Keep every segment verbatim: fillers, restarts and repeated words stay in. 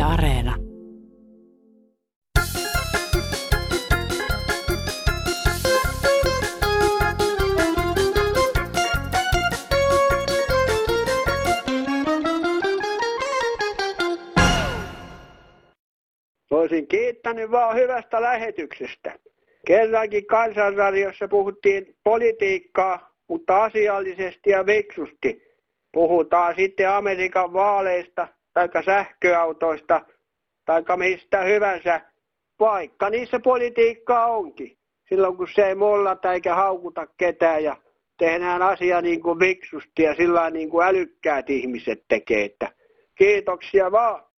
Areena. Olisin kiittänyt vaan hyvästä lähetyksestä. Kerrankin Kansanradiossa puhuttiin politiikkaa, mutta asiallisesti ja fiksusti. Puhutaan sitten Amerikan vaaleista, tai sähköautoista, tai mistä hyvänsä, vaikka niissä politiikkaa onkin. Silloin kun se ei mollata eikä haukuta ketään ja tehdään asia niin kuin fiksusti ja sillä niin kuin älykkäät ihmiset tekee. Että kiitoksia vaan.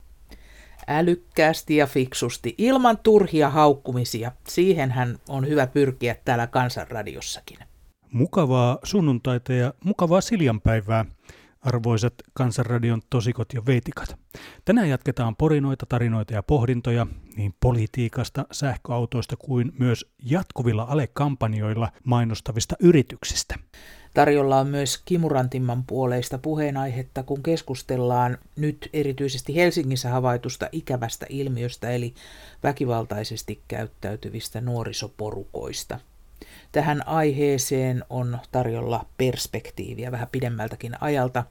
Älykkäästi ja fiksusti, ilman turhia haukkumisia. Siihenhän on hyvä pyrkiä täällä Kansanradiossakin. Mukavaa sunnuntaita ja mukavaa Siljanpäivää, arvoisat Kansanradion tosikot ja veitikat. Tänään jatketaan porinoita, tarinoita ja pohdintoja niin politiikasta, sähköautoista kuin myös jatkuvilla alekampanjoilla mainostavista yrityksistä. Tarjolla on myös kimurantimman puoleista puheenaihetta, kun keskustellaan nyt erityisesti Helsingissä havaitusta ikävästä ilmiöstä, eli väkivaltaisesti käyttäytyvistä nuorisoporukoista. Tähän aiheeseen on tarjolla perspektiiviä vähän pidemmältäkin ajalta.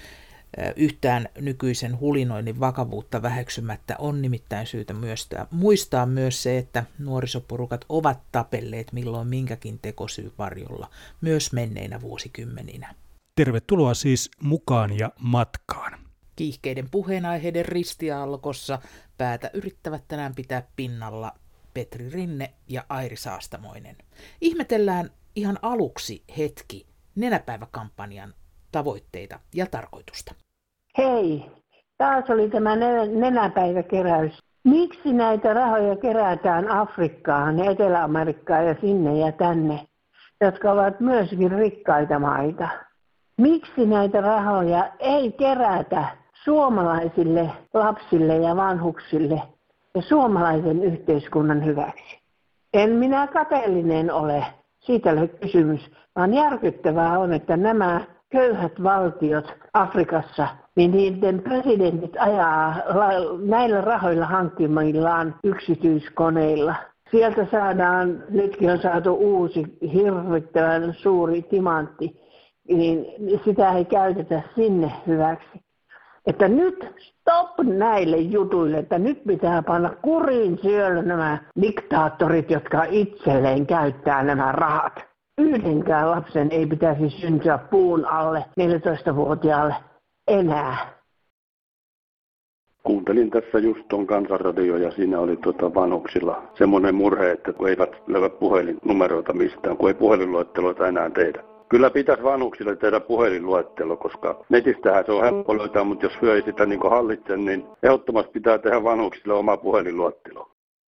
Yhtään nykyisen hulinoinnin vakavuutta väheksymättä on nimittäin syytä myös muistaa myös se, että nuorisoporukat ovat tapelleet milloin minkäkin tekosyy varjolla, myös menneinä vuosikymmeninä. Tervetuloa siis mukaan ja matkaan. Kiihkeiden puheenaiheiden ristiaallokossa päätä yrittävät tänään pitää pinnalla Petri Rinne ja Airi Saastamoinen. Ihmetellään ihan aluksi hetki nenäpäiväkampanjan tavoitteita ja tarkoitusta. Hei, taas oli tämä nenäpäiväkeräys. Miksi näitä rahoja kerätään Afrikkaan, Etelä-Amerikkaan ja sinne ja tänne, jotka ovat myöskin rikkaita maita? Miksi näitä rahoja ei kerätä suomalaisille lapsille ja vanhuksille ja suomalaisen yhteiskunnan hyväksi? En minä kateellinen ole, siitä ei ole kysymys, vaan järkyttävää on, että nämä köyhät valtiot Afrikassa, niin niiden presidentit ajaa näillä rahoilla hankkimillaan yksityiskoneilla. Sieltä saadaan, nytkin on saatu uusi hirvittävän suuri timantti, niin sitä ei käytetä sinne hyväksi. Että nyt stop näille jutuille, että nyt pitää panna kuriin syöllä nämä diktaattorit, jotka itselleen käyttää nämä rahat. Yhdenkään lapsen ei pitäisi syntyä puun alle neljätoistavuotiaalle enää. Kuuntelin tässä just tuon Kansanradio ja siinä oli tuota vanhuksilla semmoinen murhe, että kun eivät löyä puhelinnumeroita mistään, kun ei puhelinluetteloita enää tehdä. Kyllä pitäisi vanhuksille tehdä puhelinluettelo, koska netistähän se on helppo löytää, mutta jos hyö ei sitä niin hallitse, niin ehdottomasti pitää tehdä vanhuksille oma puhelinluettelo.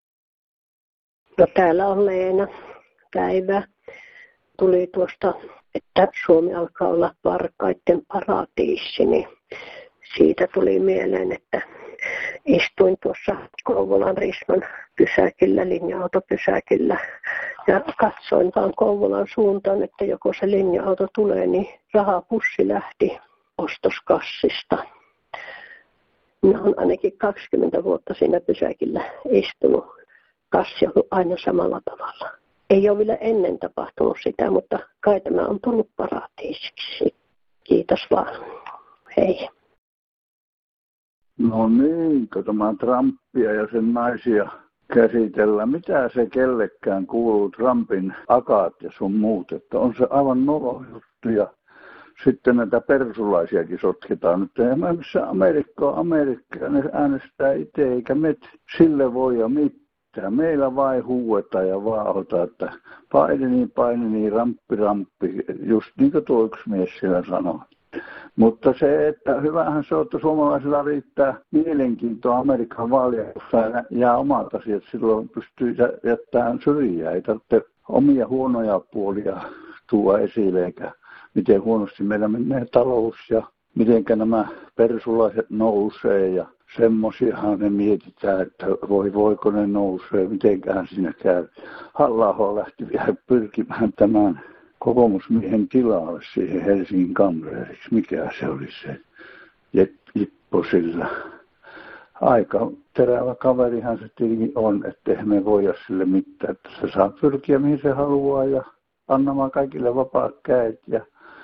No täällä on Leena. Päivä. Tuli tuosta, että Suomi alkaa olla varkaiden paratiisi, niin siitä tuli mieleen, että istuin tuossa Kouvolan Risman pysäkillä, linja-autopysäkillä ja katsoin vaan Kouvolan suuntaan, että joko se linja-auto tulee, niin rahapussi lähti ostoskassista. Minä olen ainakin kaksikymmentä vuotta siinä pysäkillä istunut, kassi on aina samalla tavalla. Ei ole vielä ennen tapahtunut sitä, mutta kai tämä on tullut paratiisiksi. Kiitos vaan. Hei. No niin, kun tämä Trumpia ja sen naisia käsitellään. Mitä se kellekään kuuluu, Trumpin akaat ja sun muut? Että on se aivan nolo juttu ja sitten näitä persulaisiakin sotketaan. Nyt ei missä Amerikka on Amerikka, ne äänestää itse eikä me sille voi ja mitään. Meillä vain huuetaan ja vaahota, että painini, painini, ramppi, ramppi, just niin kuin tuo yksi mies siellä sanoi. Mutta se, että hyvähän se on, että suomalaisilla riittää mielenkiintoa Amerikan vaalia, jossa jää omat asiat, silloin pystyy jättämään syrjään. Ei tarvitse omia huonoja puolia tuoda esille, eikä miten huonosti meillä menee talous ja miten nämä persulaiset nousee ja semmosiahan ne mietitään, että voi voiko ne nousee, mitenkään siinä käy. Halla-aho lähti vielä pyrkimään tämän kokoomusmiehen tilalle siihen Helsingin kamreeriksi. Mikä se oli se Jippo sillä? aika terävä kaverihan se tietenkin on, ettei me voida sille mitään, että se saa pyrkiä mihin se haluaa ja annamaan kaikille vapaat kädet ja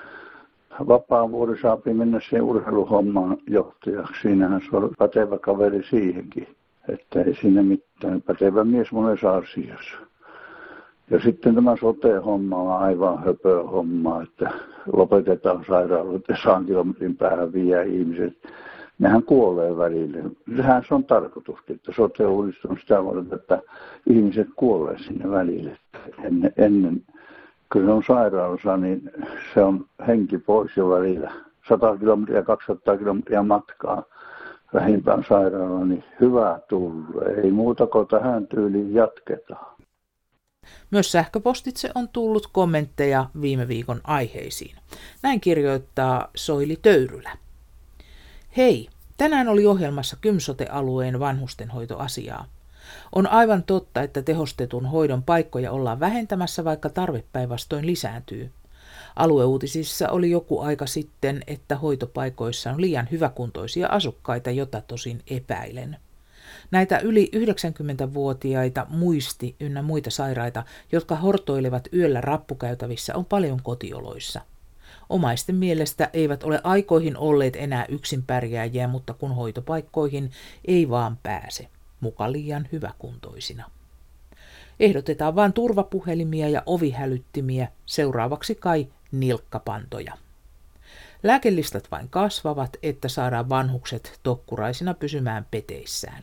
vapaan vuoden saapi mennä siihen urheiluhommaan johtajaksi. Siinähän se on pätevä kaveri siihenkin, että ei siinä mitään, pätevä mies monessa asiassa. Ja sitten tämä sote-homma on aivan höpö homma, että lopetetaan sairaaloita ja saan kilometrin päähän vie ihmiset. Nehän kuolee välillä. Sehän se on tarkoituskin, että sote-uudistus on sitä varten, että ihmiset kuolee sinne välille. Ennen, ennen kun se on sairaalassa, niin se on henki pois jo välillä. sata kilometriä, kaksisataa kilometriä matkaa lähimpään sairaalaan, niin hyvä tullut. Ei muuta kuin tähän tyyliin jatketaan. Myös sähköpostitse on tullut kommentteja viime viikon aiheisiin. Näin kirjoittaa Soili Töyrylä. Hei, tänään oli ohjelmassa Kymsote-alueen vanhustenhoitoasiaa. On aivan totta, että tehostetun hoidon paikkoja ollaan vähentämässä, vaikka tarve päinvastoin lisääntyy. Alueuutisissa oli joku aika sitten, että hoitopaikoissa on liian hyväkuntoisia asukkaita, jota tosin epäilen. Näitä yli yhdeksänkymmentävuotiaita, muisti ynnä muita sairaita, jotka hortoilevat yöllä rappukäytävissä, on paljon kotioloissa. Omaisten mielestä eivät ole aikoihin olleet enää yksin pärjääjiä, mutta kun hoitopaikkoihin ei vaan pääse, muka liian hyväkuntoisina. Ehdotetaan vain turvapuhelimia ja ovihälyttimiä, seuraavaksi kai nilkkapantoja. Lääkelistat vain kasvavat, että saadaan vanhukset tokkuraisina pysymään peteissään.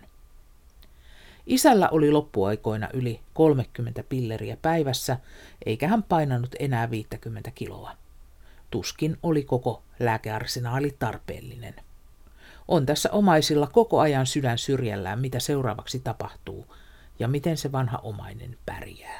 Isällä oli loppuaikoina yli kolmekymmentä pilleriä päivässä, eikä hän painanut enää viisikymmentä kiloa. Tuskin oli koko lääkearsenaali tarpeellinen. On tässä omaisilla koko ajan sydän syrjällään, mitä seuraavaksi tapahtuu ja miten se vanha omainen pärjää.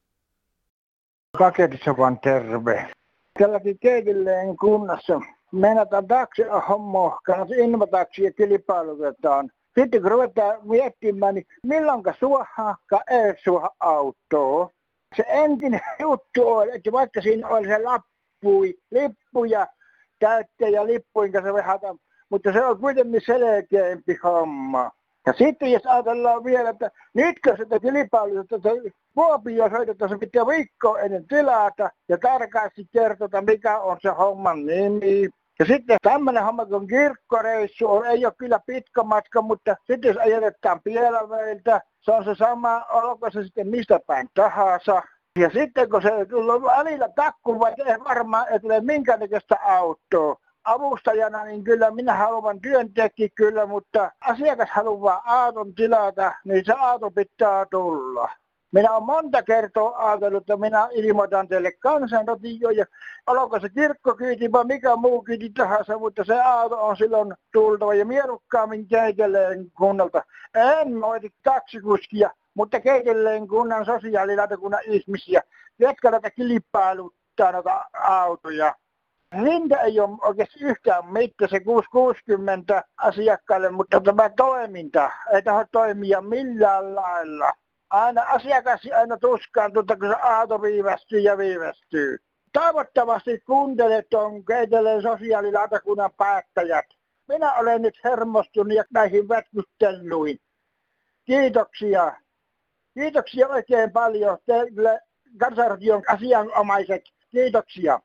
Paketissa vaan terve. Tälläkin Keitilleen kunnassa meinataan taksihommoa, kannattaa innovataksia kilpailutetaan. Sitten kun ruvetaan miettimään, niin milloinka suohaanka ei suoha autoa. Se entinen juttu on, että vaikka siinä oli se lappui, lippuja täyttä ja lippujen kanssa vehata, mutta se on kuitenkin selkeämpi homma. Ja sitten jos ajatellaan vielä, että nytkö sitä kilpailutusta Kuopioon soitetaan, se pitää viikkoa ennen tilata ja tarkasti kertota, mikä on se homman nimi. Ja sitten tämmöinen homma, kun kirkkoreissu on, ei ole kyllä pitkä matka, mutta sitten jos ajetetaan Pielaveiltä, se on se sama, olko se sitten mistä päin tahansa. Ja sitten kun se tulee välillä takkuun, vaikka ei varmaan ei tule minkäännäköistä autoa. Avustajana, niin kyllä minä haluan työntekijä kyllä, mutta asiakas haluaa auton tilata, niin se auto pitää tulla. Minä olen monta kertaa ajatellut, että minä ilmoitan teille kansanradioon ja olkoon se kirkkokyyti vai mikä muu kyyti tahansa, mutta se auto on silloin tultava ja mielukkaammin Keiteleen kunnalta. En moiti taksikuskia, mutta Keiteleen kunnan sosiaalilautakunnan ihmisiä, jotka näitä kilpailuttaa noita autoja. Hinta ei ole oikeasti yhtään mitään, se kuusi kuusikymmentä asiakkaalle, mutta tämä toiminta ei tahdo toimia millään lailla. Aina asiakas aina tuskaantuu, kun se auto viivästyy ja viivästyy. Toivottavasti kuuntelet on Keiteleen sosiaalilautakunnan päättäjät. Minä olen nyt hermostunut ja näihin vätkystelluin. Kiitoksia. Kiitoksia oikein paljon teille Kansanradion asianomaiset. Kiitoksia.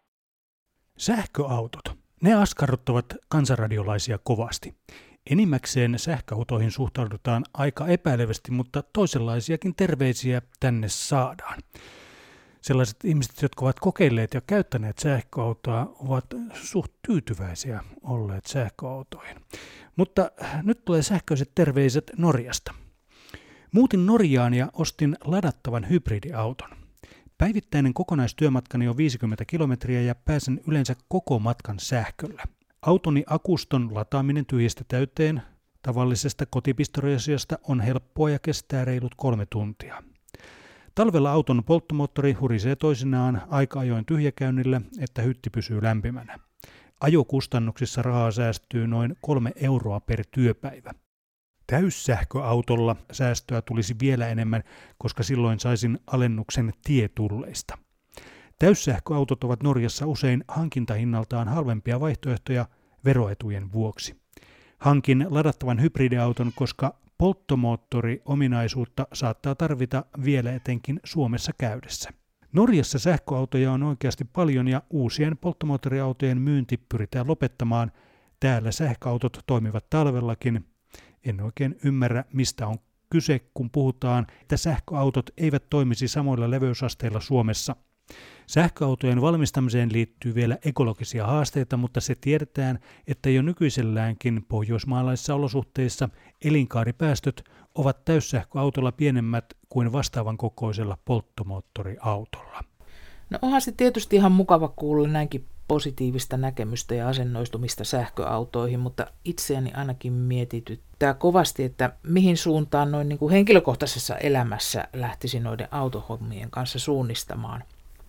Sähköautot. Ne askarruttavat kansanradiolaisia kovasti. Enimmäkseen sähköautoihin suhtaudutaan aika epäilevästi, mutta toisenlaisiakin terveisiä tänne saadaan. Sellaiset ihmiset, jotka ovat kokeilleet ja käyttäneet sähköautoa, ovat suht tyytyväisiä olleet sähköautoihin. Mutta nyt tulee sähköiset terveiset Norjasta. Muutin Norjaan ja ostin ladattavan hybridiauton. Päivittäinen kokonaistyömatkani on viisikymmentä kilometriä ja pääsen yleensä koko matkan sähköllä. Autoni akuston lataaminen tyhjästä täyteen tavallisesta kotipistoriasiasta on helppoa ja kestää reilut kolme tuntia. Talvella auton polttomoottori hurisee toisinaan aika ajoin tyhjäkäynnillä, että hytti pysyy lämpimänä. Ajokustannuksissa rahaa säästyy noin kolme euroa per työpäivä. Täyssähköautolla säästöä tulisi vielä enemmän, koska silloin saisin alennuksen tietulleista. Täyssähköautot ovat Norjassa usein hankintahinnaltaan halvempia vaihtoehtoja veroetujen vuoksi. Hankin ladattavan hybridiauton, koska polttomoottoriominaisuutta saattaa tarvita vielä etenkin Suomessa käydessä. Norjassa sähköautoja on oikeasti paljon ja uusien polttomoottoriautojen myynti pyritään lopettamaan. Täällä sähköautot toimivat talvellakin. En oikein ymmärrä, mistä on kyse, kun puhutaan, että sähköautot eivät toimisi samoilla leveysasteilla Suomessa. Sähköautojen valmistamiseen liittyy vielä ekologisia haasteita, mutta se tiedetään, että jo nykyiselläänkin pohjoismaalaisissa olosuhteissa elinkaaripäästöt ovat täyssähköautolla pienemmät kuin vastaavan kokoisella polttomoottoriautolla. No onhan se tietysti ihan mukava kuulla näinkin positiivista näkemystä ja asennoistumista sähköautoihin, mutta itseäni ainakin mietityttää kovasti, että mihin suuntaan noin niin kuin henkilökohtaisessa elämässä lähtisi noiden autohommien kanssa suunnistamaan.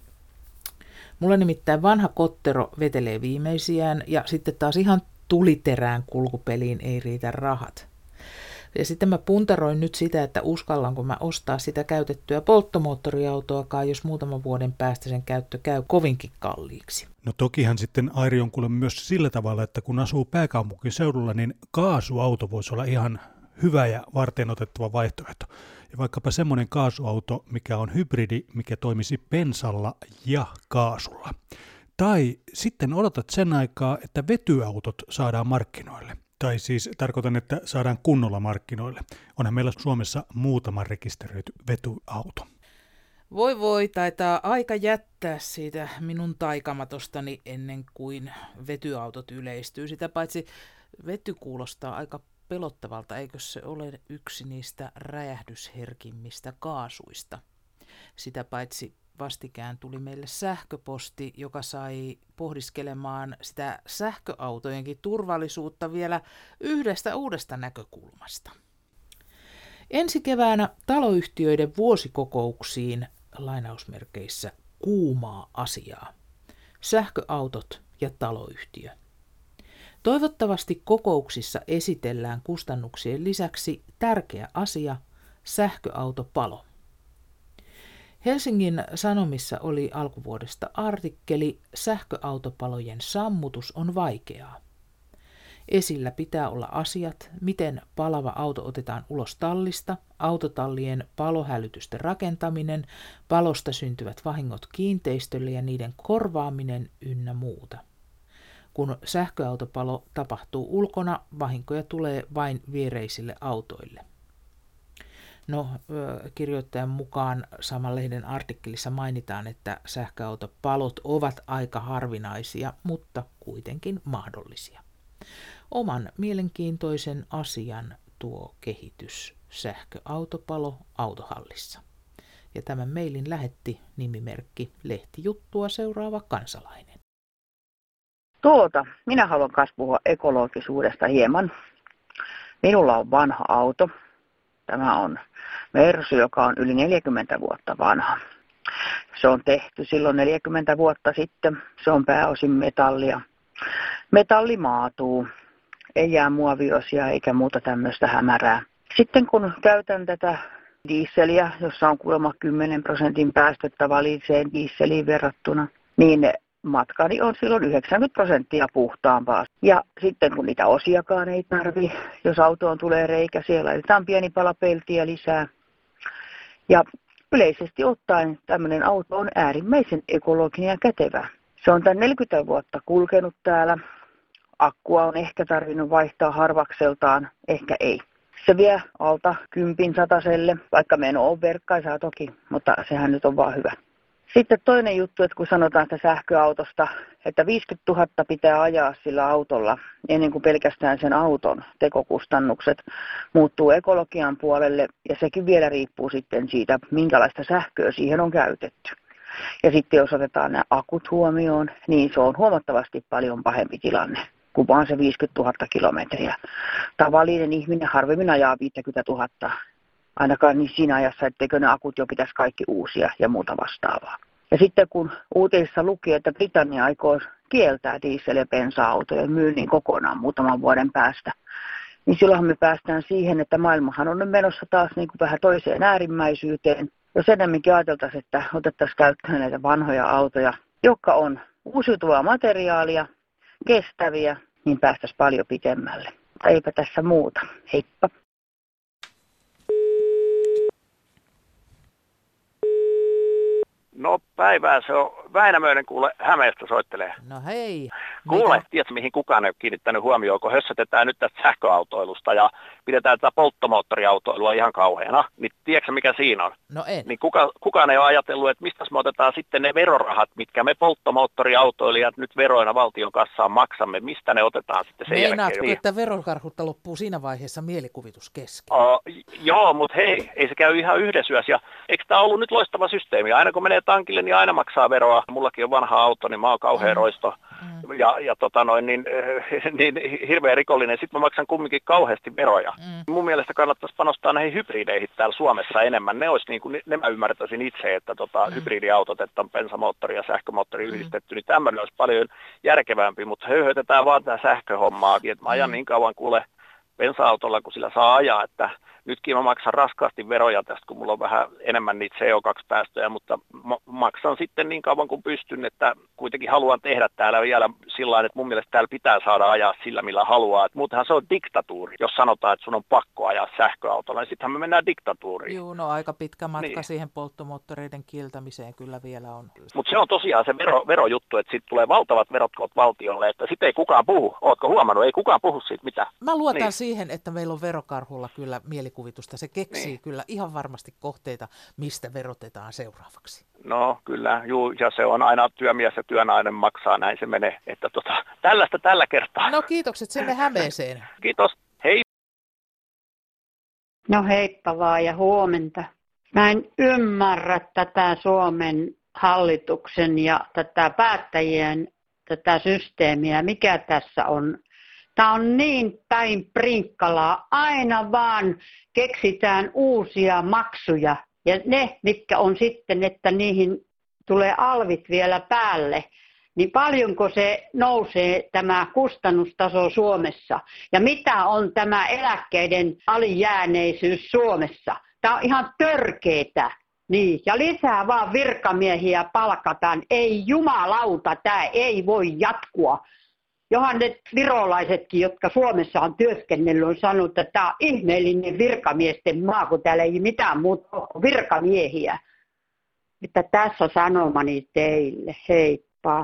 Mulla nimittäin vanha kottero vetelee viimeisiään ja sitten taas ihan tuliterään kulkupeliin ei riitä rahat. Ja sitten mä puntaroin nyt sitä, että uskallanko mä ostaa sitä käytettyä polttomoottoriautoakaan, jos muutaman vuoden päästä sen käyttö käy kovinkin kalliiksi. No tokihan sitten Airi on kuule myös sillä tavalla, että kun asuu pääkaupunkiseudulla, niin kaasuauto voisi olla ihan hyvä ja varteenotettava vaihtoehto. Ja vaikkapa semmoinen kaasuauto, mikä on hybridi, mikä toimisi bensalla ja kaasulla. Tai sitten odotat sen aikaa, että vetyautot saadaan markkinoille. Tai siis tarkoitan, että saadaan kunnolla markkinoille. Onhan meillä Suomessa muutama rekisteröity vetyauto. Voi voi, taitaa aika jättää siitä minun taikamatostani ennen kuin vetyautot yleistyy. Sitä paitsi vety kuulostaa aika pelottavalta, eikö se ole yksi niistä räjähdysherkimmistä kaasuista. Sitä paitsi vastikään tuli meille sähköposti, joka sai pohdiskelemaan sitä sähköautojenkin turvallisuutta vielä yhdestä uudesta näkökulmasta. Ensi keväänä taloyhtiöiden vuosikokouksiin lainausmerkeissä kuumaa asiaa. Sähköautot ja taloyhtiö. Toivottavasti kokouksissa esitellään kustannuksien lisäksi tärkeä asia, sähköautopalo. Helsingin Sanomissa oli alkuvuodesta artikkeli Sähköautopalojen sammutus on vaikeaa. Esillä pitää olla asiat, miten palava auto otetaan ulos tallista, autotallien palohälytysten rakentaminen, palosta syntyvät vahingot kiinteistölle ja niiden korvaaminen ynnä muuta. Kun sähköautopalo tapahtuu ulkona, vahinkoja tulee vain viereisille autoille. No, kirjoittajan mukaan saman lehden artikkelissa mainitaan, että sähköautopalot ovat aika harvinaisia, mutta kuitenkin mahdollisia. Oman mielenkiintoisen asian tuo kehitys sähköautopalo autohallissa. Ja tämän mailin lähetti nimimerkki Lehtijuttua seuraava kansalainen. Tuota, minä haluan myös puhua ekologisuudesta hieman. Minulla on vanha auto. Tämä on Mersu, joka on yli neljäkymmentä vuotta vanha. Se on tehty silloin neljäkymmentä vuotta sitten. Se on pääosin metallia. Metalli maatuu. Ei jää muoviosia eikä muuta tämmöistä hämärää. Sitten kun käytän tätä dieseliä, jossa on kuulemma kymmenen prosentin päästöt tavalliseen dieseliin verrattuna, niin matkani on silloin yhdeksänkymmentä prosenttia puhtaampaa. Ja sitten kun niitä osiakaan ei tarvi, jos autoon tulee reikä, siellä laitetaan pieni pala peltiä lisää. Ja yleisesti ottaen tämmöinen auto on äärimmäisen ekologinen ja kätevä. Se on tämän neljäkymmentä vuotta kulkenut täällä. Akkua on ehkä tarvinnut vaihtaa harvakseltaan, ehkä ei. Se vie alta kympin sataselle, vaikka meno on verkkaisaa toki, mutta sehän nyt on vaan hyvä. Sitten toinen juttu, että kun sanotaan sitä sähköautosta, että viisikymmentätuhatta pitää ajaa sillä autolla ennen kuin pelkästään sen auton tekokustannukset muuttuu ekologian puolelle. Ja sekin vielä riippuu sitten siitä, minkälaista sähköä siihen on käytetty. Ja sitten jos otetaan nämä akut huomioon, niin se on huomattavasti paljon pahempi tilanne kuin vaan se viisikymmentätuhatta kilometriä. Tavallinen ihminen harvemmin ajaa viisikymmentätuhatta. Ainakaan niin siinä ajassa, etteikö ne akut jo pitäisi kaikki uusia ja muuta vastaavaa. Ja sitten kun uutisissa luki, että Britannia aikoo kieltää diesel- ja bensa-autojen myynnin kokonaan muutaman vuoden päästä, niin silloinhan me päästään siihen, että maailmahan on nyt menossa taas niin kuin vähän toiseen äärimmäisyyteen. Jos enemmänkin ajateltaisiin, että otettaisiin käyttöön näitä vanhoja autoja, jotka on uusiutuvaa materiaalia, kestäviä, niin päästäisiin paljon pitemmälle. Mutta eipä tässä muuta. Heippa. No päivää, se on Väinämöinen, kuule, Hämeestä soittelee. No hei. Kuule, Mitä? tiedätkö mihin kukaan ei ole kiinnittänyt huomioon, kun hössötetään nyt tästä sähköautoilusta ja pidetään tätä polttomoottoriautoilua ihan kauheana. Niin tiedätkö mikä siinä on? No en. Niin kuka, kukaan ei ole ajatellut, että mistä me otetaan sitten ne verorahat, mitkä me polttomoottoriautoilijat nyt veroina valtion kassaan maksamme. Mistä ne otetaan sitten sen Meinaatko, jälkeen? Niin. että verokarhutta loppuu siinä vaiheessa mielikuvitus kesken? Oh, joo, mutta hei, ei se käy ihan yhdessä yössä. Ja eikö tämä ollut nyt loistava systeemi? Aina kun menee tankille, niin aina maksaa veroa. Mullakin on vanha auto, niin mä oon kauhean mm. roisto. Mm. Ja, ja tota noin, niin, niin hirveän rikollinen. Sitten mä maksan kumminkin kauheasti veroja. Mm. Mun mielestä kannattaisi panostaa näihin hybrideihin täällä Suomessa enemmän. Ne olisi niin kuin, ne mä ymmärtäisin itse, että tota, mm. hybridiautot, että on bensamoottori ja sähkömoottori mm. yhdistetty, niin tämmöinen olisi paljon järkevämpi, mutta höyhötetään vaan tämä sähköhommaa. Että mä ajan mm. niin kauan kuule bensa-autolla, kun sillä saa ajaa, että nytkin mä maksan raskaasti veroja tästä, kun mulla on vähän enemmän niitä C O kaksi -päästöjä, mutta ma- maksan sitten niin kauan kuin pystyn, että kuitenkin haluan tehdä täällä vielä sillä tavalla, että mun mielestä täällä pitää saada ajaa sillä, millä haluaa. Et muutenhan se on diktatuuri, jos sanotaan, että sun on pakko ajaa sähköautolla, niin sittenhän me mennään diktatuuriin. Joo, no aika pitkä matka niin. siihen polttomoottoreiden kieltämiseen kyllä vielä on. Mutta se on tosiaan se vero, verojuttu, että siitä tulee valtavat verot valtiolle, että sitten ei kukaan puhu. Ootko huomannut? Ei kukaan puhu siitä mitään. Mä luotan niin. siihen, että meillä on verokarhulla kyllä mielikuvitusta. Se keksii niin. kyllä ihan varmasti kohteita, mistä verotetaan seuraavaksi. No kyllä, juu, ja se on aina työmies ja työnainen maksaa, näin se menee. Että tota, tällaista tällä kertaa. No kiitokset sinne Hämeeseen. Kiitos, hei. No heippa vaan ja huomenta. Mä en ymmärrä tätä Suomen hallituksen ja tätä päättäjien tätä systeemiä, mikä tässä on. Tämä on niin päin prinkkalaa. Aina vaan keksitään uusia maksuja. Ja ne, mitkä on sitten, että niihin tulee alvit vielä päälle, niin paljonko se nousee tämä kustannustaso Suomessa? Ja mitä on tämä eläkkeiden alijääneisyys Suomessa? Tämä on ihan törkeetä. Niin, ja lisää vaan virkamiehiä palkataan. Ei jumalauta, tämä ei voi jatkua. Johan ne virolaisetkin, jotka Suomessa on työskennellyt, on sanonut, että tämä on ihmeellinen virkamiesten maa, kun täällä ei mitään muuta ole virkamiehiä. Että tässä sanomani teille. Heippa.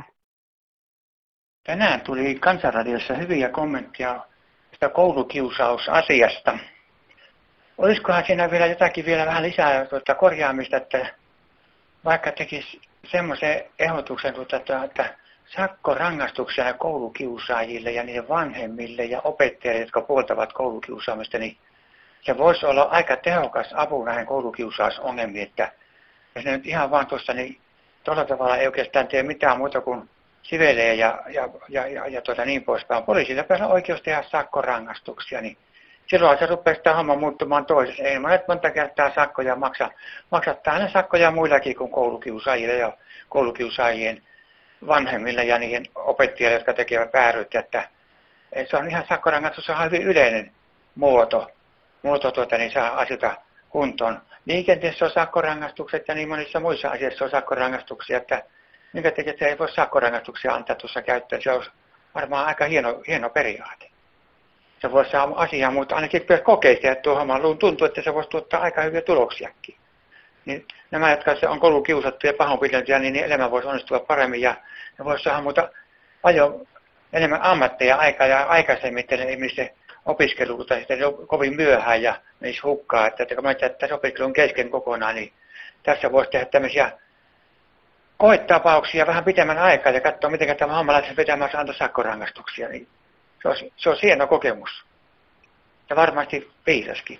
Tänään tuli Kansanradiossa hyviä kommentteja tästä koulukiusausasiasta. Olisikohan siinä vielä jotakin vielä vähän lisää tuota korjaamista, että vaikka tekisi semmoisen ehdotuksen, tuota, että sakkorangaistuksia koulukiusaajille ja niiden vanhemmille ja opettajille, jotka puoltavat koulukiusaamista, niin se voisi olla aika tehokas apu näihin koulukiusausongelmiin, että jos ne nyt ihan vaan tuossa, niin tuolla tavalla ei oikeastaan tee mitään muuta kuin sivelee ja, ja, ja, ja, ja tuota niin poispäin. Poliisilla pääsee oikeus tehdä sakkorangaistuksia, niin silloin se rupeaa sitä homma muuttumaan toisessa. Ei monet monta kertaa sakkoja maksa. Maksattaa aina sakkoja muillakin kuin koulukiusaajille ja koulukiusaajien vanhemmille ja niihin opettajille, jotka tekevät vääryyttä. Että se on ihan sakkorangaistus, on hyvin yleinen muoto. Muoto tuota, niin saa asioita kuntoon. Liikenteessä on sakkorangaistukset ja niin monissa muissa asioissa on sakkorangaistuksia, että minkä takia se ei voi sakkorangaistuksia antaa tuossa käyttöön. Se on varmaan aika hieno, hieno periaate. Se voisi saada asiaa, mutta ainakin pitäisi kokeista, että tuohon tuntuu, että se voisi tuottaa aika hyviä tuloksiakin. Niin nämä, jotka on koulukiusattu ja pahoinpideltyjä, niin elämä voisi onnistua paremmin ja ne voisi saada muuta paljon enemmän ammatteja aikaa ja aikaisemmin, että ihmisten opiskelu tai sitten kovin myöhään ja menisi hukkaa, että kun tässä opiskelu on kesken kokonaan, niin tässä voisi tehdä tämmöisiä koetapauksia vähän pitemmän aikaa ja katsoa, miten tämä homma lähtisi vetämässä antaa sakkorangaistuksia. Niin se, olisi, se olisi hieno kokemus. Ja varmasti viisaskin.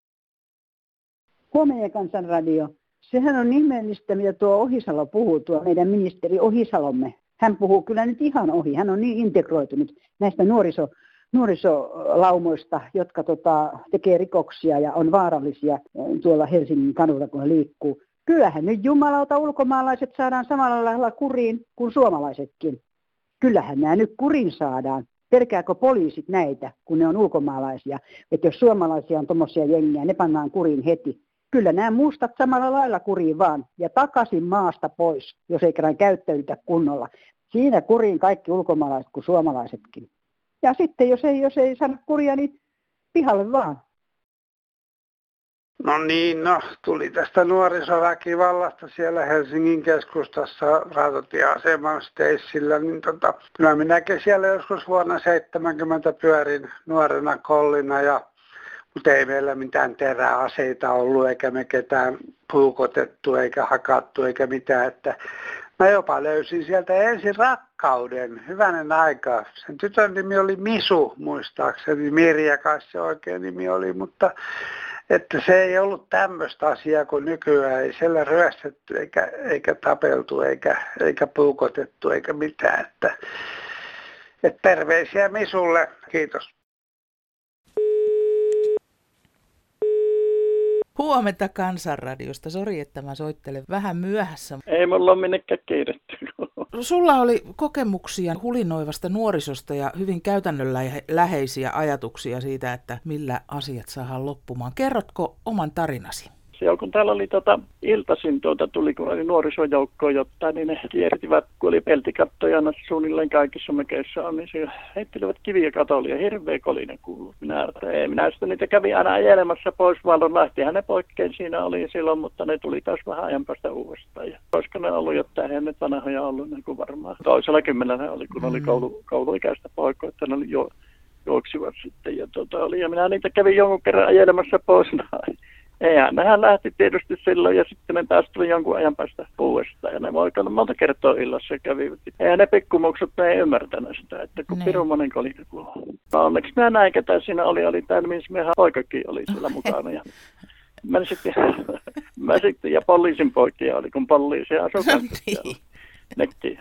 Huomenta Kansanradio. Sehän on ihmeellistä, mitä tuo Ohisalo puhuu, tuo meidän ministeri Ohisalomme. Hän puhuu kyllä nyt ihan ohi. Hän on niin integroitunut näistä nuoriso, nuorisolaumoista, jotka tota, tekee rikoksia ja on vaarallisia tuolla Helsingin kadulla, kun he liikkuu. Kyllähän nyt jumalauta ulkomaalaiset saadaan samalla lailla kuriin kuin suomalaisetkin. Kyllähän nämä nyt kuriin saadaan. Pelkääkö poliisit näitä, kun ne on ulkomaalaisia? Että jos suomalaisia on tommosia jengiä, ne pannaan kuriin heti. Kyllä nämä mustat samalla lailla kuriin vaan ja takaisin maasta pois, jos ei kerran käyttäydytä kunnolla. Siinä kuriin kaikki ulkomaalaiset kuin suomalaisetkin. Ja sitten jos ei, jos ei saada kuria, niin pihalle vaan. No niin, no tuli tästä nuorisoväkivallasta siellä Helsingin keskustassa rautatieaseman Stacella, niin tota, kyllä minäkin siellä joskus vuonna seitsemänkymmentä pyörin nuorena kollina, ja, mutta ei meillä mitään teräaseita ollut, eikä me ketään puukotettu, eikä hakattu, eikä mitään, että mä jopa löysin sieltä ensin rakkauden, hyvänen aika. Sen tytön nimi oli Misu, muistaakseni, Mirja kai se oikein nimi oli, mutta että se ei ollut tämmöistä asiaa kuin nykyään, ei siellä ryöstetty eikä, eikä tapeltu eikä, eikä puukotettu eikä mitään. Että, että terveisiä Misulle, kiitos. Huomenta Kansanradiosta. Sori, että mä soittelen vähän myöhässä. Ei mulla ole minnekään kiiretty. Sulla oli kokemuksia hulinoivasta nuorisosta ja hyvin käytännönläheisiä ajatuksia siitä, että millä asiat saadaan loppumaan. Kerrotko oman tarinasi? Joo, kun täällä oli tota, iltaisin, tuota, tuli kun oli nuorisojoukkoa jotain, niin ne kiertivät, kun oli peltikattoja suunnilleen kaikissa mökeissä on, niin se heittelivät kiviä katolle ja hirveä kolina kuului. Minä, ei, minä sitten niitä kävin aina ajelemassa pois, vaan lähtihän ne poikkeen siinä oli silloin, mutta ne tuli taas vähän ajan päästä uudestaan. Ja olisiko ne ollut jotain, eihän nyt vanhoja ollut, niin kuin varmaan toisella kymmenellä oli, kun oli koulu, kouluikäistä poikaa, että ne oli jo, juoksivat sitten. Ja, tota, oli, ja minä niitä kävin jonkun kerran ajelemassa pois. Eihän, nehän lähti tietysti silloin ja sitten ne taas tuli jonkun ajan päästä uudestaan ja ne voi olla monta kertaa illassa kävivät. Eihän ne pikkumuksut, ne ei ymmärtänyt sitä, että kun pirun monen kolina kuuluu. No onneksi minä näin, ketä siinä oli, oli tämä, missä meidän poikakin oli siellä mukana. Ja mä sitten, mä sitten ja poliisin poikia oli, kun poliisi asui kanssa. Nekin.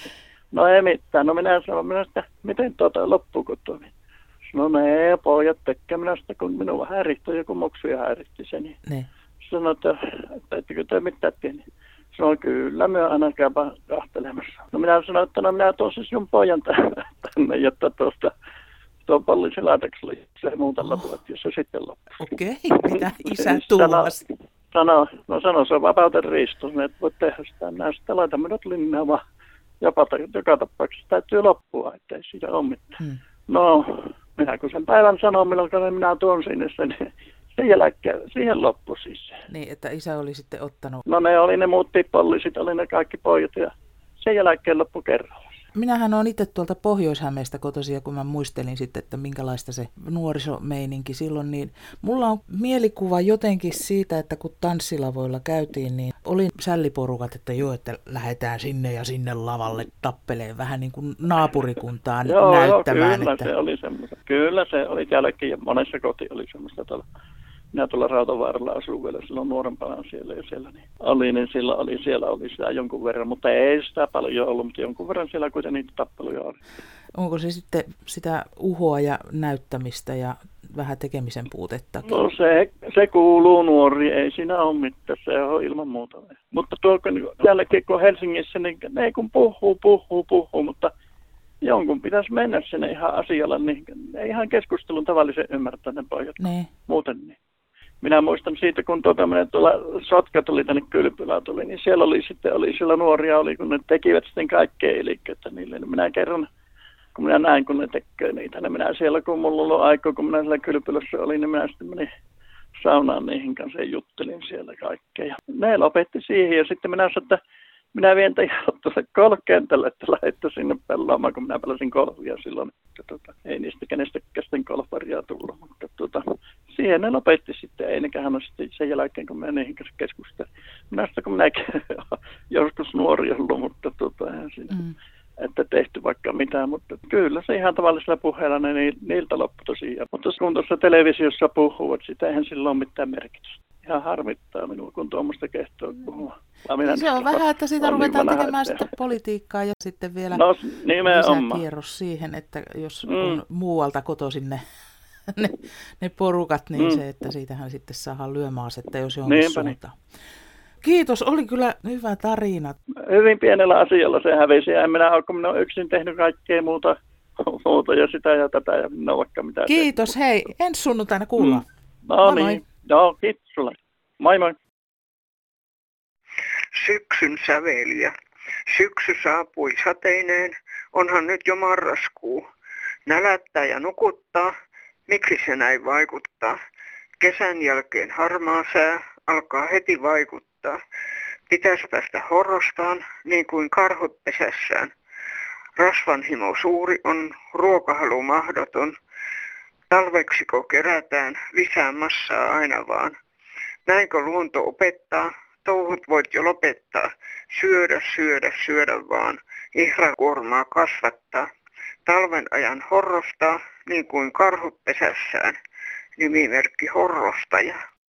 No ei mitään, no minä sanoin, minä sitä, miten tuota loppuuko tuo? No ne pojat tekee minä sitä, kun minua häiritti, joku moksuja häiritti sen. Ne. Sanoi, että, että ettekö te mitään tieni. Sanoin, kyllä, me aina käypä kahtelemassa. No minä sanoin, että no minä tuon siis sun pojan tänne, jotta tuosta tuon poliisilaitoksella se muuta lopuat, jos se sitten loppuu. Okei, okay, mitä isä tuumasi? Sano, no sano, se on vapauten riistus, että voit tehdä sitä. Minä sitten laitan minut linnaan vaan jopa joka tapauksessa täytyy loppua, ettei siitä ole mitään. Hmm. No, minä kun sen päivän sanon, milloin minä tuon sinne sen, sen jälkeen siihen loppui siis. Niin, että isä oli sitten ottanut. No ne oli ne muut poliisit, oli ne kaikki pojat ja sen jälkeen loppu kerralla. Minähän olen itse tuolta Pohjois-Hämeestä kotoisin, kun mä muistelin sitten, että minkälaista se nuorisomeininki silloin, niin mulla on mielikuva jotenkin siitä, että kun tanssilavoilla käytiin, niin oli sälliporukat, että joo, että lähdetään sinne ja sinne lavalle tappeleen vähän niin kuin naapurikuntaan joo, näyttämään. Joo, kyllä että... se oli semmoista. Kyllä se oli täälläkin ja monessa koti oli semmoista tuolla. Minä tuolla Rautavaaralla asuin vielä silloin nuorempana siellä ja siellä niin oli, niin silloin oli, siellä oli sitä jonkun verran, mutta ei sitä paljon ollut, mutta jonkun verran siellä kuitenkin niitä tappeluja oli. Onko se sitten sitä uhoa ja näyttämistä ja vähän tekemisen puutettakin? No se, se kuuluu nuori, ei siinä ole mitään, se on ilman muuta. Mutta tuo jälkeen kun Helsingissä, niin ne kun puhuu, puhuu, puhuu, mutta jonkun pitäisi mennä sinne ihan asialla, niin ei ihan keskustelun tavallisen ymmärtää ne pojat. Ne. Muuten niin. Minä muistan siitä, kun tuota, tuolla Sotka tuli tänne Kylpylään tuli, niin siellä oli sitten, oli siellä nuoria, oli, kun ne tekivät sitten kaikkea elikköitä niille. Niin minä kerron, kun minä näin, kun ne tekee niitä, niin minä siellä, kun mulla oli aikaa, kun minä siellä Kylpylässä olin, niin minä sitten menin saunaan niihin kanssa ja juttelin siellä kaikkea. Ja ne lopetti siihen ja sitten minä sanoin, että minä vien teidän tuolle golfkentälle, että lähdette sinne pelaamaan, kun minä pelasin golfia silloin. Että, tuota, ei niistä kenestäkään sitten golfaria tullut, mutta tuota, siihen ne lopetti sitten. Einekähän on sitten sen jälkeen, kun minä niihin kanssa keskustelin. Minä sitä, kun minäkin joskus nuori ollut, mutta tuota, eihän siinä, mm. että tehty vaikka mitään. Mutta kyllä se ihan tavallisella puheella ne niiltä loppui tosiaan. Mutta kun tuossa televisiossa puhuvat, sitä eihän sillä ole mitään merkitystä. Ihan harmittaa minua, kun tuommoista kehtoa puhua. Niin se on vähän, että siitä ruvetaan tekemään sitten politiikkaa ja sitten vielä no, lisäkierros siihen, että jos mm. on muualta kotoisin ne, ne, ne porukat, niin mm. se, että siitähän sitten saadaan lyömäasetta, jos johonkin suuntaan. Kiitos, oli kyllä hyvä tarina. Hyvin pienellä asialla se hävisi ja en minä ole, kun minä olen yksin tehnyt kaikkea muuta, muuta ja sitä ja tätä ja minä ole vaikka mitään. Kiitos, tehnyt. Hei, ensi sunnuntaina kuullaan. Mm. No moi niin. Moi. Joo, kiitos sulle. Moi moi. Syksyn säveliä. Syksy saapui sateineen, onhan nyt jo marraskuu. Nälättää ja nukuttaa. Miksi se näin vaikuttaa? Kesän jälkeen harmaa sää alkaa heti vaikuttaa. Pitäisi päästä horrostaan niin kuin karhut pesässään. Rasvanhimo suuri on, ruokahalu mahdoton. Talveksiko kerätään, lisää massaa aina vaan. Näinkö luonto opettaa? Touhut voit jo lopettaa. Syödä, syödä, syödä vaan. Ihrakuormaa kasvattaa. Talven ajan horrostaa, niin kuin karhut pesässään. Nimimerkki horrostaja.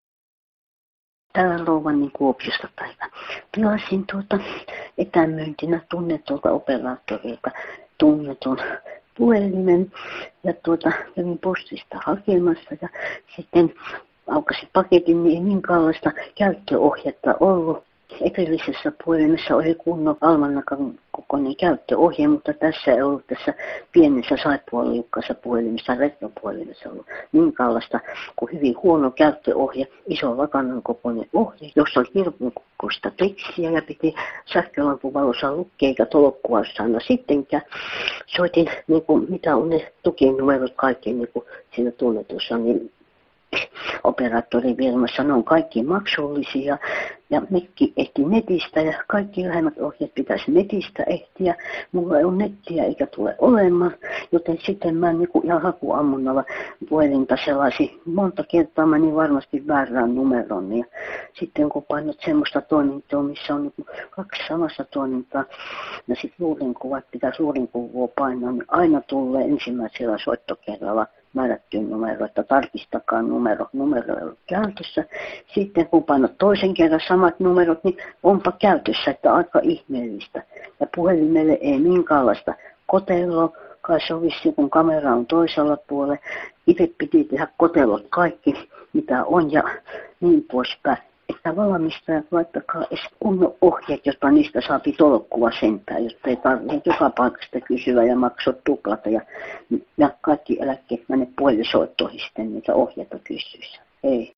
Täällä Rouvannin Kuopiosta päivä. Tilasin tuota etämyyntinä tunnetulta operaattorilta tunnetun puhelimen ja tuota kävin postista hakemassa ja sitten aukasin paketin, niin ei minkäänlaista käyttöohjetta ollut. Edellisessä puhelimessa oli kunnon almanakan kokoinen käyttöohje, mutta tässä ei ollut tässä pienessä saippualiukkaassa puhelimessa, retropuhelimessa ollut minkäänlaista kuin hyvin huono käyttöohje, iso lakanan kokoinen ohje, jossa oli hirveän kokoista tekstiä ja piti sähkölampun valossa lukea eikä tolkkua saada sittenkään. Soitin, niin kuin, mitä on ne tukinumerot kaikki niin kuin siinä tunnetussa, niin operaattorin firmassa, ne on kaikki maksullisia ja mekin ehti netistä ja kaikki lähemmät ohjeet pitäisi netistä ehtiä. Mulla ei ole nettiä eikä tule olemaan, joten sitten mä niin kuin ihan hakuammunnalla puhelinta sellaisin monta kertaa mä niin varmasti väärään numeron. Ja sitten kun painot semmoista toimintoa, missä on niin kaksi samasta toimintaa ja sitten luurinkuvat pitäisi luurinkuvua painaa, niin aina tulee ensimmäisellä soittokerralla määrättyyn numero, että tarkistakaa numero, numero ei ollut käytössä. Sitten kun painat toisen kerran samat numerot, niin onpa käytössä, että aika ihmeellistä. Ja puhelimelle ei minkäänlaista kotelua, kai se on vissi, kun kamera on toisella puolella. Itse piti tehdä kotelot kaikki, mitä on ja niin poispäin. Että valmistajat laittakaa edes kunnon ohjeet, jotta niistä saapi tolkkua sentään, jotta ei tarvitse joka paikasta kysyä ja maksua tuplata. Ja, ja kaikki eläkkeet mene puolisoittoihin sitten niitä ohjeita kysyessä. Ei.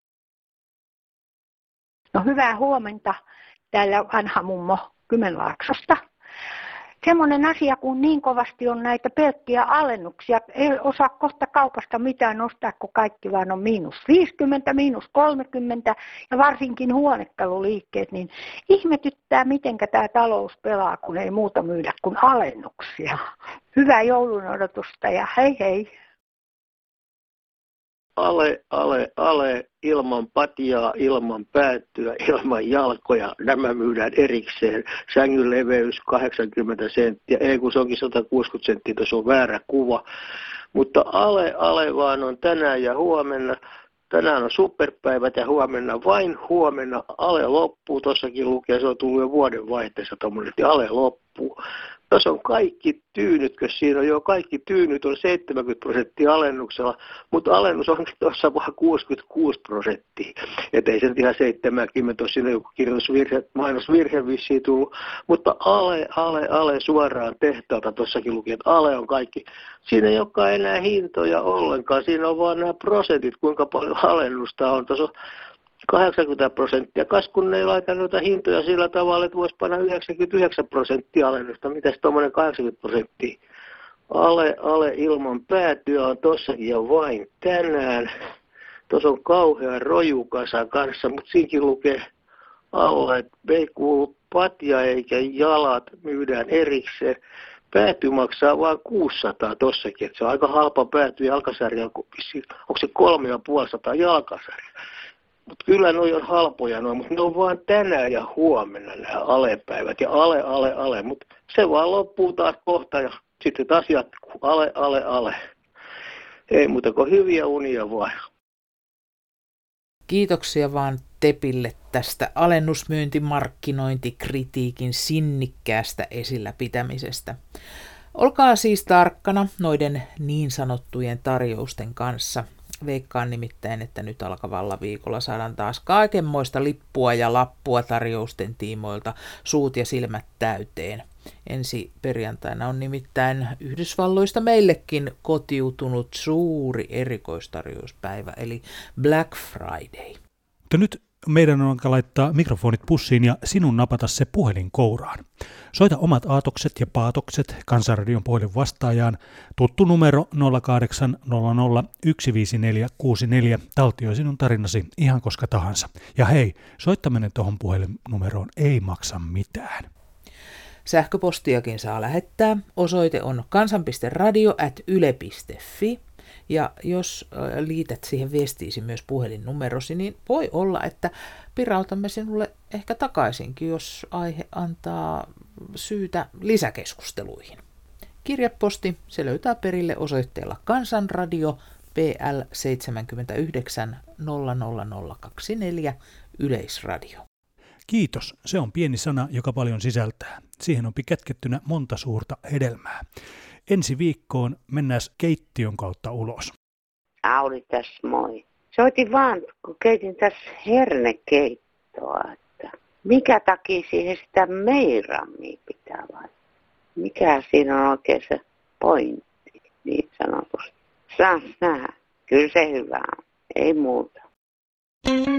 No hyvää huomenta. Täällä vanha mummo Kymenlaaksosta. Semmoinen asia, kun niin kovasti on näitä pelkkiä alennuksia, ei osaa kohta kaupasta mitään nostaa, kun kaikki vaan on miinus viisikymmentä, miinus kolmekymmentä ja varsinkin huonekaluliikkeet, niin ihmetyttää, mitenkä tämä talous pelaa, kun ei muuta myydä kuin alennuksia. Hyvää joulun odotusta ja hei hei! Ale, ale, ale, ilman patjaa, ilman päättyä, ilman jalkoja. Nämä myydään erikseen. Sängyn leveys kahdeksankymmentä senttiä. Ei kun se onkin sata kuusikymmentä senttiä, tuossa on väärä kuva. Mutta ale, ale vaan on tänään ja huomenna. Tänään on superpäivät ja huomenna, vain huomenna ale loppuu. Tuossakin lukee, se on tullut jo vuoden vaihteessa tommoinen, että ale loppuu. Tuossa on kaikki tyynyt, jos siinä on jo kaikki tyynyt on seitsemänkymmentä prosenttia alennuksella, mutta alennus onkin tuossa vaan kuusikymmentäkuusi prosenttia. Että ei se ihan seitsemänkymmentä ole siinä joku kirjoitusvirhe, mainosvirhe vissiin tullut, mutta ale, ale, ale suoraan tehtaalta tuossakin luki, että ale on kaikki. Siinä ei olekaan enää hintoja ollenkaan, siinä on vaan nämä prosentit, kuinka paljon alennusta on. Tuossa on kahdeksankymmentä prosenttia. Kas kun ei laita noita hintoja sillä tavalla, että voisi panna yhdeksänkymmentäyhdeksän prosenttia alennusta. Mitäs tuommoinen kahdeksankymmentä prosenttia? Ale, ale ilman päätyä on tossakin ja vain tänään. Tuossa on kauhea rojukasa kanssa, mutta siinkin lukee alla, että ei kuulu patja eikä jalat, myydään erikseen. Pääty maksaa vain kuusisataa tossakin, että se on aika halpa pääty jalkasarja, onko se kolme ja puoli sataa jalkasarja. Mutta kyllä nuo on halpoja nuo, mutta ne on vaan tänään ja huomenna nämä alepäivät ja ale, ale, ale. Mutta se vaan loppuu taas kohta ja sitten taas jatkuu ale, ale, ale. Ei muuta kuin hyviä unia vaan. Kiitoksia vaan Tepille tästä alennusmyyntimarkkinointikritiikin sinnikkäästä esillä pitämisestä. Olkaa siis tarkkana noiden niin sanottujen tarjousten kanssa. Veikkaan nimittäin, että nyt alkavalla viikolla saadaan taas kaikenmoista lippua ja lappua tarjousten tiimoilta, suut ja silmät täyteen. Ensi perjantaina on nimittäin Yhdysvalloista meillekin kotiutunut suuri erikoistarjouspäivä, eli Black Friday. Mutta nyt Meidän on aika laittaa mikrofonit pussiin ja sinun napata se puhelin kouraan. Soita omat aatokset ja paatokset Kansanradion puhelin vastaajaan. Tuttu numero nolla kahdeksan nolla nolla yksi viisi neljä kuusi neljä. Taltioi sinun tarinasi ihan koska tahansa. Ja hei, soittaminen tuohon puhelinnumeroon ei maksa mitään. Sähköpostiakin saa lähettää. Osoite on kansan piste radio ät yle piste fi. Ja jos liität siihen viestiisi myös puhelinnumerosi, niin voi olla, että pirautamme sinulle ehkä takaisinkin, jos aihe antaa syytä lisäkeskusteluihin. Kirjeposti, se löytää perille osoitteella Kansanradio P L seitsemänkymmentäyhdeksän nolla nolla nolla kaksikymmentäneljä Yleisradio. Kiitos, se on pieni sana, joka paljon sisältää. Siihen on kätkettynä monta suurta hedelmää. Ensi viikkoon mennään keittiön kautta ulos. Auli tässä moi. Soitin vaan, kun keitin tässä hernekeittoa, että mikä takia siihen sitä meirammia pitää laittaa. Mikä siinä on oikein se pointti, niin sanotusti. Saas nähdä. Kyllä se hyvä on. Ei muuta.